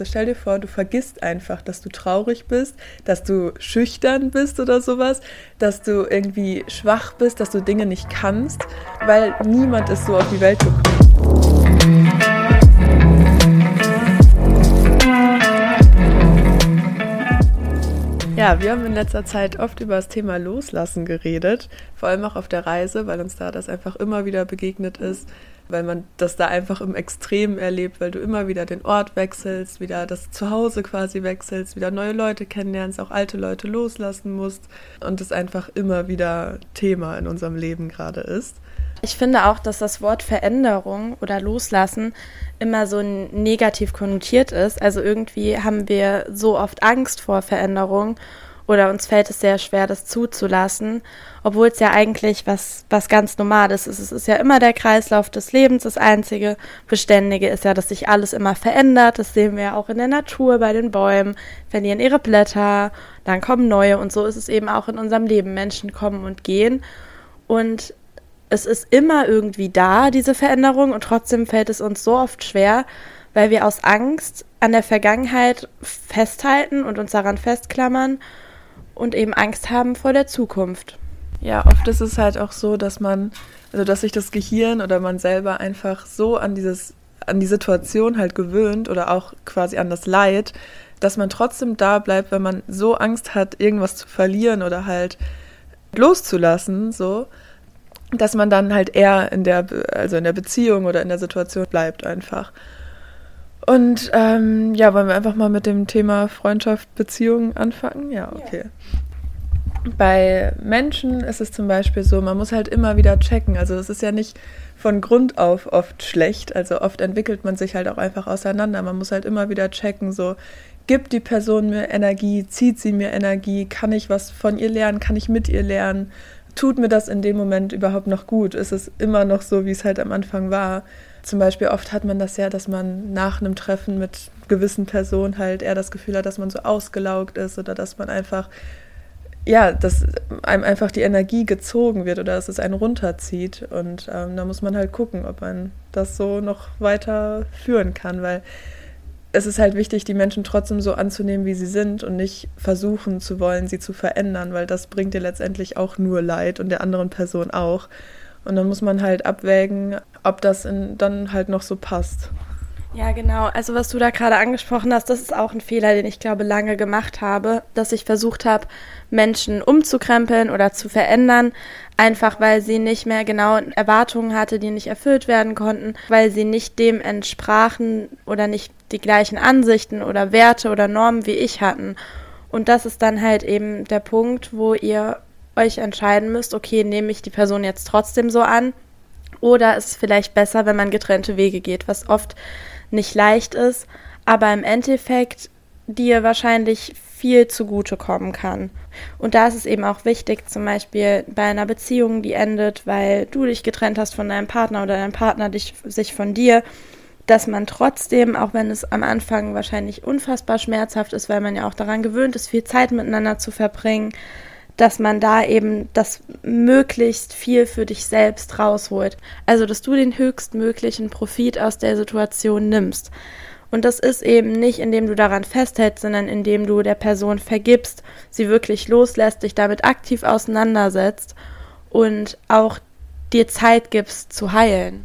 Stell dir vor, du vergisst einfach, dass du traurig bist, dass du schüchtern bist oder sowas, dass du irgendwie schwach bist, dass du Dinge nicht kannst, weil niemand ist so auf die Welt gekommen. Ja, wir haben in letzter Zeit oft über das Thema Loslassen geredet, vor allem auch auf der Reise, weil uns da das einfach immer wieder begegnet ist, weil man das da einfach im Extrem erlebt, weil du immer wieder den Ort wechselst, wieder das Zuhause quasi wechselst, wieder neue Leute kennenlernst, auch alte Leute loslassen musst und es einfach immer wieder Thema in unserem Leben gerade ist. Ich finde auch, dass das Wort Veränderung oder Loslassen immer so negativ konnotiert ist. Also irgendwie haben wir so oft Angst vor Veränderung oder uns fällt es sehr schwer, das zuzulassen, obwohl es ja eigentlich was ganz Normales ist. Es ist ja immer der Kreislauf des Lebens. Das einzige Beständige ist ja, dass sich alles immer verändert. Das sehen wir ja auch in der Natur, bei den Bäumen, verlieren ihre Blätter, dann kommen neue und so ist es eben auch in unserem Leben. Menschen kommen und gehen und es ist immer irgendwie da, diese Veränderung, und trotzdem fällt es uns so oft schwer, weil wir aus Angst an der Vergangenheit festhalten und uns daran festklammern und eben Angst haben vor der Zukunft. Ja, oft ist es halt auch so, dass dass sich das Gehirn oder man selber einfach so an die Situation halt gewöhnt oder auch quasi an das Leid, dass man trotzdem da bleibt, wenn man so Angst hat, irgendwas zu verlieren oder halt loszulassen, so, dass man dann halt eher in der Beziehung oder in der Situation bleibt einfach. Und wollen wir einfach mal mit dem Thema Freundschaft, Beziehung anfangen? Ja, okay. Ja. Bei Menschen ist es zum Beispiel so, man muss halt immer wieder checken. Also es ist ja nicht von Grund auf oft schlecht. Also oft entwickelt man sich halt auch einfach auseinander. Man muss halt immer wieder checken, so, gibt die Person mir Energie, zieht sie mir Energie, kann ich was von ihr lernen, kann ich mit ihr lernen? Tut mir das in dem Moment überhaupt noch gut? Ist es immer noch so, wie es halt am Anfang war? Zum Beispiel oft hat man das ja, dass man nach einem Treffen mit gewissen Personen halt eher das Gefühl hat, dass man so ausgelaugt ist oder dass man einfach, dass einem einfach die Energie gezogen wird oder dass es einen runterzieht. Und da muss man halt gucken, ob man das so noch weiter führen kann, weil es ist halt wichtig, die Menschen trotzdem so anzunehmen, wie sie sind und nicht versuchen zu wollen, sie zu verändern, weil das bringt dir letztendlich auch nur Leid und der anderen Person auch. Und dann muss man halt abwägen, ob das dann halt noch so passt. Ja, genau. Also was du da gerade angesprochen hast, das ist auch ein Fehler, den ich glaube lange gemacht habe, dass ich versucht habe, Menschen umzukrempeln oder zu verändern, einfach weil sie nicht mehr genau Erwartungen hatte, die nicht erfüllt werden konnten, weil sie nicht dem entsprachen oder nicht die gleichen Ansichten oder Werte oder Normen wie ich hatten. Und das ist dann halt eben der Punkt, wo ihr euch entscheiden müsst, okay, nehme ich die Person jetzt trotzdem so an oder ist es vielleicht besser, wenn man getrennte Wege geht, was oft nicht leicht ist, aber im Endeffekt dir wahrscheinlich viel zugutekommen kann. Und da ist es eben auch wichtig, zum Beispiel bei einer Beziehung, die endet, weil du dich getrennt hast von deinem Partner oder dein Partner sich von dir, dass man trotzdem, auch wenn es am Anfang wahrscheinlich unfassbar schmerzhaft ist, weil man ja auch daran gewöhnt ist, viel Zeit miteinander zu verbringen, dass man da eben das möglichst viel für dich selbst rausholt. Also, dass du den höchstmöglichen Profit aus der Situation nimmst. Und das ist eben nicht, indem du daran festhältst, sondern indem du der Person vergibst, sie wirklich loslässt, dich damit aktiv auseinandersetzt und auch dir Zeit gibst zu heilen.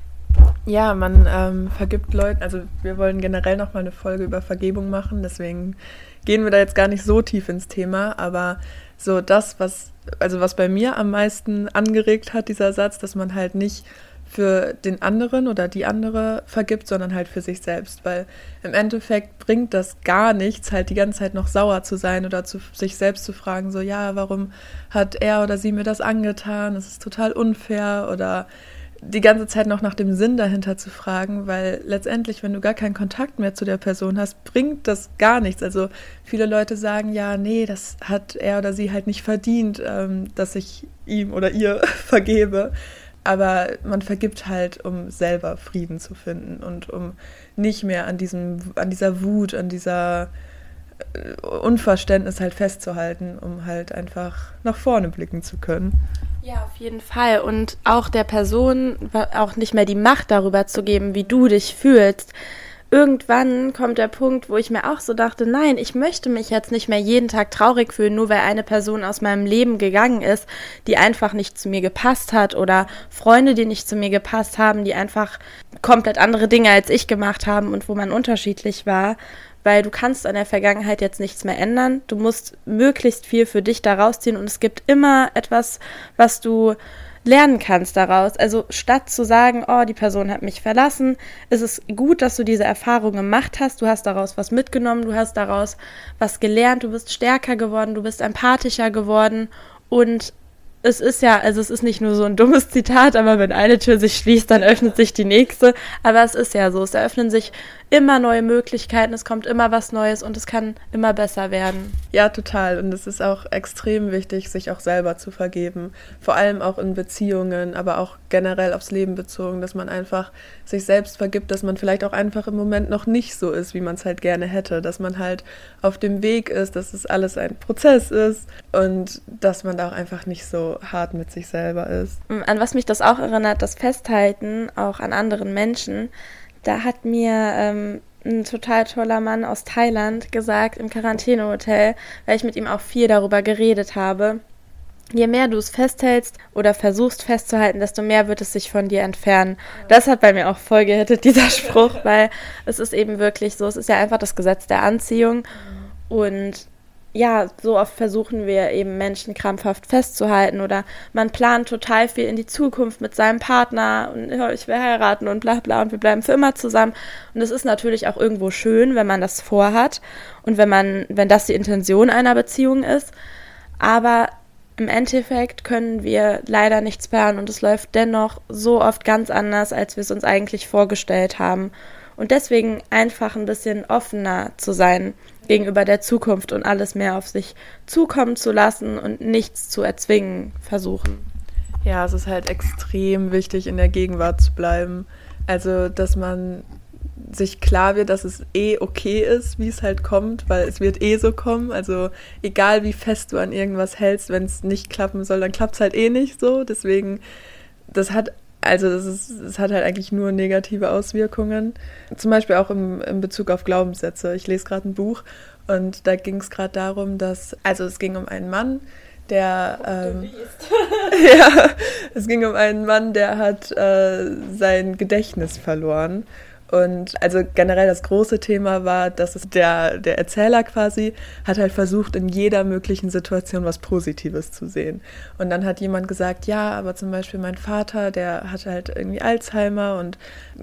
Ja, man vergibt Leuten, also wir wollen generell nochmal eine Folge über Vergebung machen, deswegen gehen wir da jetzt gar nicht so tief ins Thema, aber so das, was bei mir am meisten angeregt hat, dieser Satz, dass man halt nicht für den anderen oder die andere vergibt, sondern halt für sich selbst, weil im Endeffekt bringt das gar nichts, halt die ganze Zeit noch sauer zu sein oder sich selbst zu fragen, so, ja, warum hat er oder sie mir das angetan, das ist total unfair, oder die ganze Zeit noch nach dem Sinn dahinter zu fragen, weil letztendlich, wenn du gar keinen Kontakt mehr zu der Person hast, bringt das gar nichts. Also viele Leute sagen, ja, nee, das hat er oder sie halt nicht verdient, dass ich ihm oder ihr vergebe. Aber man vergibt halt, um selber Frieden zu finden und um nicht mehr an dieser Wut, an dieser Unverständnis halt festzuhalten, um halt einfach nach vorne blicken zu können. Ja, auf jeden Fall. Und auch der Person auch nicht mehr die Macht darüber zu geben, wie du dich fühlst. irgendwann kommt der Punkt, wo ich mir auch so dachte, nein, ich möchte mich jetzt nicht mehr jeden Tag traurig fühlen, nur weil eine Person aus meinem Leben gegangen ist, die einfach nicht zu mir gepasst hat, oder Freunde, die nicht zu mir gepasst haben, die einfach komplett andere Dinge als ich gemacht haben und wo man unterschiedlich war, weil du kannst an der Vergangenheit jetzt nichts mehr ändern. Du musst möglichst viel für dich da rausziehen und es gibt immer etwas, was du lernen kannst daraus. Also statt zu sagen, oh, die Person hat mich verlassen, ist es gut, dass du diese Erfahrung gemacht hast. Du hast daraus was mitgenommen, du hast daraus was gelernt, du bist stärker geworden, du bist empathischer geworden und es ist ja, also es ist nicht nur so ein dummes Zitat, aber wenn eine Tür sich schließt, dann öffnet sich die nächste. Aber es ist ja so, es eröffnen sich immer neue Möglichkeiten, es kommt immer was Neues und es kann immer besser werden. Ja, total. Und es ist auch extrem wichtig, sich auch selber zu vergeben. Vor allem auch in Beziehungen, aber auch generell aufs Leben bezogen, dass man einfach sich selbst vergibt, dass man vielleicht auch einfach im Moment noch nicht so ist, wie man es halt gerne hätte. Dass man halt auf dem Weg ist, dass es alles ein Prozess ist und dass man da auch einfach nicht so hart mit sich selber ist. An was mich das auch erinnert, das Festhalten auch an anderen Menschen. Da hat mir ein total toller Mann aus Thailand gesagt im Quarantänehotel, weil ich mit ihm auch viel darüber geredet habe. Je mehr du es festhältst oder versuchst festzuhalten, desto mehr wird es sich von dir entfernen. Das hat bei mir auch voll gehittet, dieser Spruch, weil es ist eben wirklich so, es ist ja einfach das Gesetz der Anziehung und ja, so oft versuchen wir eben Menschen krampfhaft festzuhalten oder man plant total viel in die Zukunft mit seinem Partner und ja, ich will heiraten und bla bla und wir bleiben für immer zusammen und es ist natürlich auch irgendwo schön, wenn man das vorhat und wenn das die Intention einer Beziehung ist, aber im Endeffekt können wir leider nichts planen und es läuft dennoch so oft ganz anders, als wir es uns eigentlich vorgestellt haben und deswegen einfach ein bisschen offener zu sein gegenüber der Zukunft und alles mehr auf sich zukommen zu lassen und nichts zu erzwingen versuchen. Ja, es ist halt extrem wichtig, in der Gegenwart zu bleiben. Also, dass man sich klar wird, dass es okay ist, wie es halt kommt, weil es wird so kommen. Also, egal wie fest du an irgendwas hältst, wenn es nicht klappen soll, dann klappt es halt nicht so. Deswegen, es hat halt eigentlich nur negative Auswirkungen. Zum Beispiel auch im Bezug auf Glaubenssätze. Ich lese gerade ein Buch und da ging es gerade darum, es ging um einen Mann, der es ging um einen Mann, der hat sein Gedächtnis verloren. Und also generell das große Thema war, dass es der Erzähler quasi hat halt versucht, in jeder möglichen Situation was Positives zu sehen. Und dann hat jemand gesagt, ja, aber zum Beispiel mein Vater, der hat halt irgendwie Alzheimer und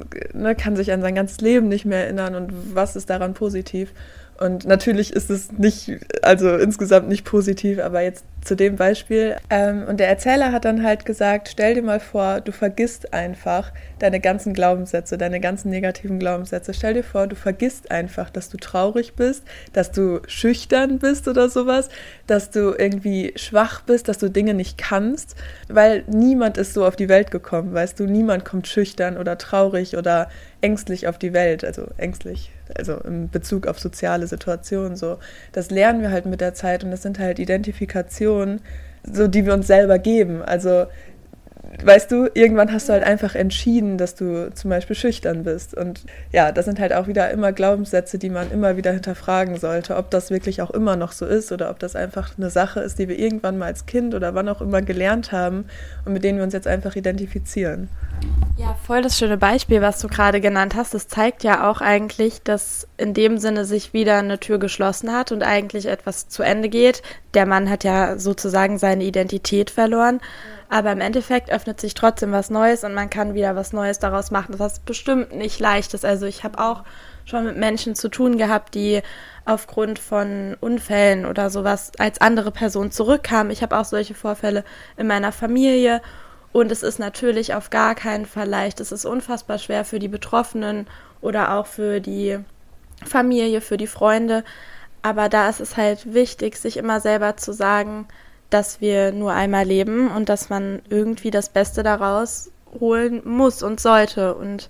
kann sich an sein ganzes Leben nicht mehr erinnern und was ist daran positiv? Und natürlich ist es nicht, also insgesamt nicht positiv, aber jetzt zu dem Beispiel. Und der Erzähler hat dann halt gesagt, stell dir mal vor, du vergisst einfach deine ganzen Glaubenssätze, deine ganzen negativen Glaubenssätze. Stell dir vor, du vergisst einfach, dass du traurig bist, dass du schüchtern bist oder sowas, dass du irgendwie schwach bist, dass du Dinge nicht kannst, weil niemand ist so auf die Welt gekommen, weißt du, niemand kommt schüchtern oder traurig oder ängstlich auf die Welt, also ängstlich, also in Bezug auf soziale Situationen so. Das lernen wir halt mit der Zeit und das sind halt Identifikationen, so die wir uns selber geben. Also, weißt du, irgendwann hast du halt einfach entschieden, dass du zum Beispiel schüchtern bist. Und ja, das sind halt auch wieder immer Glaubenssätze, die man immer wieder hinterfragen sollte, ob das wirklich auch immer noch so ist oder ob das einfach eine Sache ist, die wir irgendwann mal als Kind oder wann auch immer gelernt haben und mit denen wir uns jetzt einfach identifizieren. Ja, voll das schöne Beispiel, was du gerade genannt hast. Das zeigt ja auch eigentlich, dass in dem Sinne sich wieder eine Tür geschlossen hat und eigentlich etwas zu Ende geht. Der Mann hat ja sozusagen seine Identität verloren, aber im Endeffekt öffnet sich trotzdem was Neues und man kann wieder was Neues daraus machen, was bestimmt nicht leicht ist. Also ich habe auch schon mit Menschen zu tun gehabt, die aufgrund von Unfällen oder sowas als andere Person zurückkamen. Ich habe auch solche Vorfälle in meiner Familie. Und es ist natürlich auf gar keinen Fall leicht. Es ist unfassbar schwer für die Betroffenen oder auch für die Familie, für die Freunde. Aber da ist es halt wichtig, sich immer selber zu sagen, dass wir nur einmal leben und dass man irgendwie das Beste daraus holen muss und sollte, und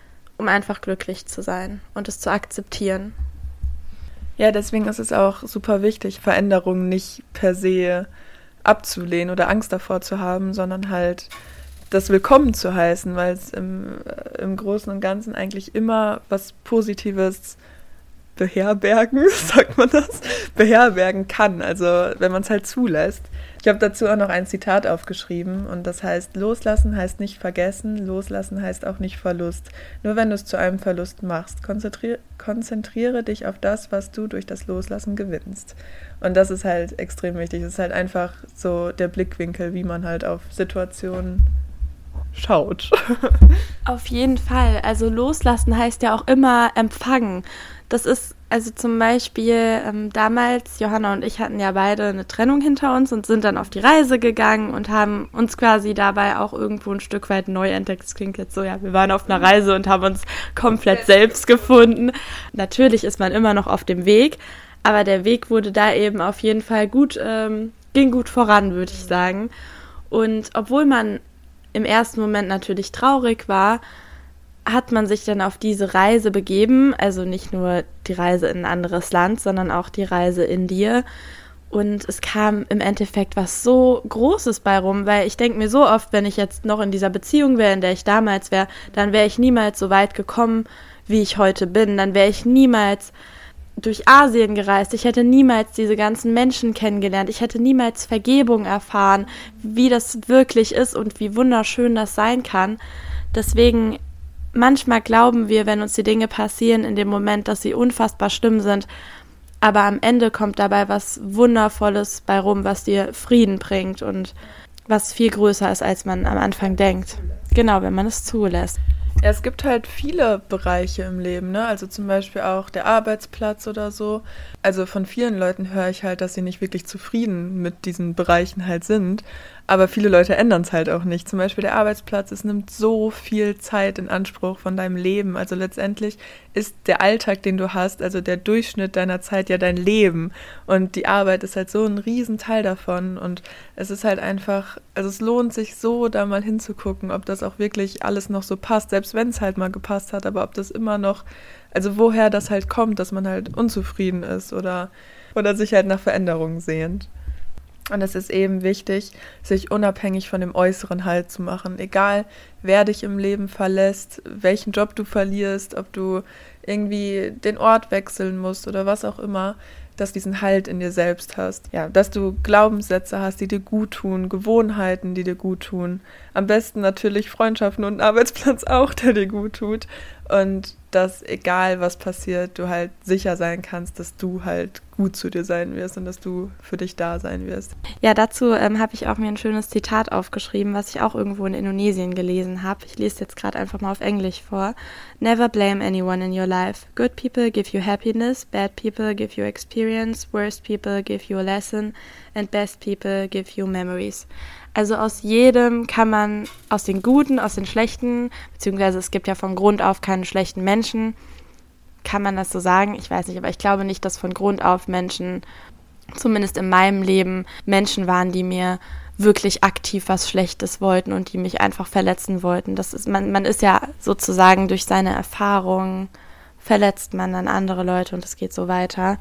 um einfach glücklich zu sein und es zu akzeptieren. Ja, deswegen ist es auch super wichtig, Veränderungen nicht per se abzulehnen oder Angst davor zu haben, sondern halt das willkommen zu heißen, weil es im Großen und Ganzen eigentlich immer was Positives beherbergen, sagt man das? Beherbergen kann, also wenn man es halt zulässt. Ich habe dazu auch noch ein Zitat aufgeschrieben und das heißt, loslassen heißt nicht vergessen, loslassen heißt auch nicht Verlust. Nur wenn du es zu einem Verlust machst, konzentriere dich auf das, was du durch das Loslassen gewinnst. Und das ist halt extrem wichtig. Das ist halt einfach so der Blickwinkel, wie man halt auf Situationen schaut. Auf jeden Fall. Also loslassen heißt ja auch immer empfangen. Das ist also zum Beispiel damals, Johanna und ich hatten ja beide eine Trennung hinter uns und sind dann auf die Reise gegangen und haben uns quasi dabei auch irgendwo ein Stück weit neu entdeckt. Das klingt jetzt so, ja, wir waren auf einer Reise und haben uns komplett selbst gefunden. Natürlich ist man immer noch auf dem Weg, aber der Weg wurde da eben auf jeden Fall ging gut voran, würde ich sagen. Und obwohl man im ersten Moment natürlich traurig war, hat man sich dann auf diese Reise begeben, also nicht nur die Reise in ein anderes Land, sondern auch die Reise in dir. Und es kam im Endeffekt was so Großes bei rum, weil ich denke mir so oft, wenn ich jetzt noch in dieser Beziehung wäre, in der ich damals wäre, dann wäre ich niemals so weit gekommen, wie ich heute bin. Dann wäre ich niemals durch Asien gereist. Ich hätte niemals diese ganzen Menschen kennengelernt. Ich hätte niemals Vergebung erfahren, wie das wirklich ist und wie wunderschön das sein kann. Deswegen manchmal glauben wir, wenn uns die Dinge passieren, in dem Moment, dass sie unfassbar schlimm sind, aber am Ende kommt dabei was Wundervolles bei rum, was dir Frieden bringt und was viel größer ist, als man am Anfang denkt. Genau, wenn man es zulässt. Ja, es gibt halt viele Bereiche im Leben, ne? Also zum Beispiel auch der Arbeitsplatz oder so. Also von vielen Leuten höre ich halt, dass sie nicht wirklich zufrieden mit diesen Bereichen halt sind. Aber viele Leute ändern es halt auch nicht. Zum Beispiel der Arbeitsplatz, es nimmt so viel Zeit in Anspruch von deinem Leben. Also letztendlich ist der Alltag, den du hast, also der Durchschnitt deiner Zeit ja dein Leben. Und die Arbeit ist halt so ein Riesenteil davon. Und es ist halt einfach, also es lohnt sich so, da mal hinzugucken, ob das auch wirklich alles noch so passt. Selbst wenn es halt mal gepasst hat, aber ob das immer noch, also woher das halt kommt, dass man halt unzufrieden ist oder sich halt nach Veränderungen sehnt. Und es ist eben wichtig, sich unabhängig von dem Äußeren Halt zu machen. Egal, wer dich im Leben verlässt, welchen Job du verlierst, ob du irgendwie den Ort wechseln musst oder was auch immer, dass du diesen Halt in dir selbst hast. Ja, dass du Glaubenssätze hast, die dir gut tun, Gewohnheiten, die dir gut tun. Am besten natürlich Freundschaften und einen Arbeitsplatz auch, der dir gut tut. Und dass, egal was passiert, du halt sicher sein kannst, dass du halt gut zu dir sein wirst und dass du für dich da sein wirst. Ja, dazu habe ich auch mir ein schönes Zitat aufgeschrieben, was ich auch irgendwo in Indonesien gelesen habe. Ich lese jetzt gerade einfach mal auf Englisch vor. Never blame anyone in your life. Good people give you happiness, bad people give you experience, worst people give you a lesson and best people give you memories. Also aus jedem kann man, aus den Guten, aus den Schlechten, beziehungsweise es gibt ja von Grund auf keine schlechten Menschen, kann man das so sagen? Ich weiß nicht, aber ich glaube nicht, dass von Grund auf Menschen, zumindest in meinem Leben, Menschen waren, die mir wirklich aktiv was Schlechtes wollten und die mich einfach verletzen wollten. Das ist, man ist ja sozusagen durch seine Erfahrungen verletzt man dann andere Leute und es geht so weiter.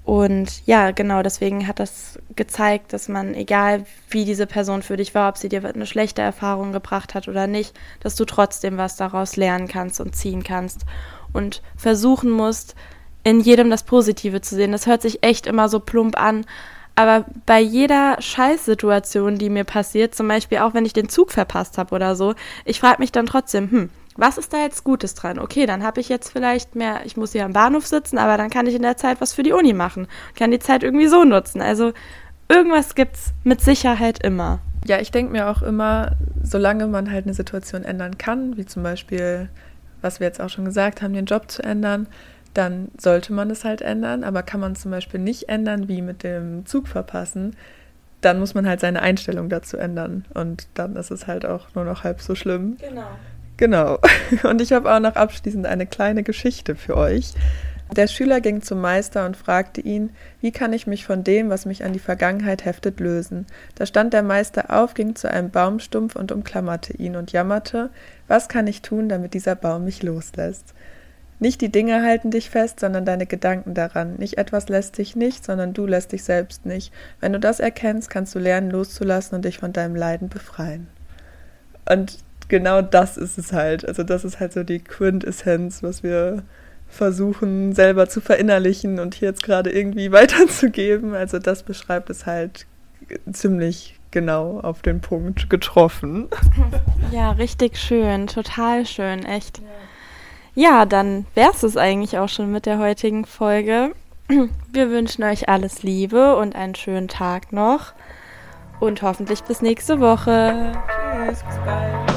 Und ja, genau, deswegen hat das gezeigt, dass man, egal wie diese Person für dich war, ob sie dir eine schlechte Erfahrung gebracht hat oder nicht, dass du trotzdem was daraus lernen kannst und ziehen kannst und versuchen musst, in jedem das Positive zu sehen. Das hört sich echt immer so plump an, aber bei jeder Scheißsituation, die mir passiert, zum Beispiel auch wenn ich den Zug verpasst habe oder so, ich frage mich dann trotzdem, was ist da jetzt Gutes dran? Okay, dann habe ich jetzt vielleicht mehr, ich muss hier am Bahnhof sitzen, aber dann kann ich in der Zeit was für die Uni machen. Kann die Zeit irgendwie so nutzen. Also irgendwas gibt's mit Sicherheit immer. Ja, ich denke mir auch immer, solange man halt eine Situation ändern kann, wie zum Beispiel, was wir jetzt auch schon gesagt haben, den Job zu ändern, dann sollte man es halt ändern. Aber kann man zum Beispiel nicht ändern, wie mit dem Zug verpassen, dann muss man halt seine Einstellung dazu ändern. Und dann ist es halt auch nur noch halb so schlimm. Genau. Und ich habe auch noch abschließend eine kleine Geschichte für euch. Der Schüler ging zum Meister und fragte ihn, wie kann ich mich von dem, was mich an die Vergangenheit heftet, lösen? Da stand der Meister auf, ging zu einem Baumstumpf und umklammerte ihn und jammerte, was kann ich tun, damit dieser Baum mich loslässt? Nicht die Dinge halten dich fest, sondern deine Gedanken daran. Nicht etwas lässt dich nicht, sondern du lässt dich selbst nicht. Wenn du das erkennst, kannst du lernen, loszulassen und dich von deinem Leiden befreien. Und genau das ist es halt. Also das ist halt so die Quintessenz, was wir versuchen selber zu verinnerlichen und hier jetzt gerade irgendwie weiterzugeben. Also das beschreibt es halt ziemlich genau auf den Punkt getroffen. Ja, richtig schön, total schön, echt. Ja, dann wär's es eigentlich auch schon mit der heutigen Folge. Wir wünschen euch alles Liebe und einen schönen Tag noch und hoffentlich bis nächste Woche. Tschüss, bis bald.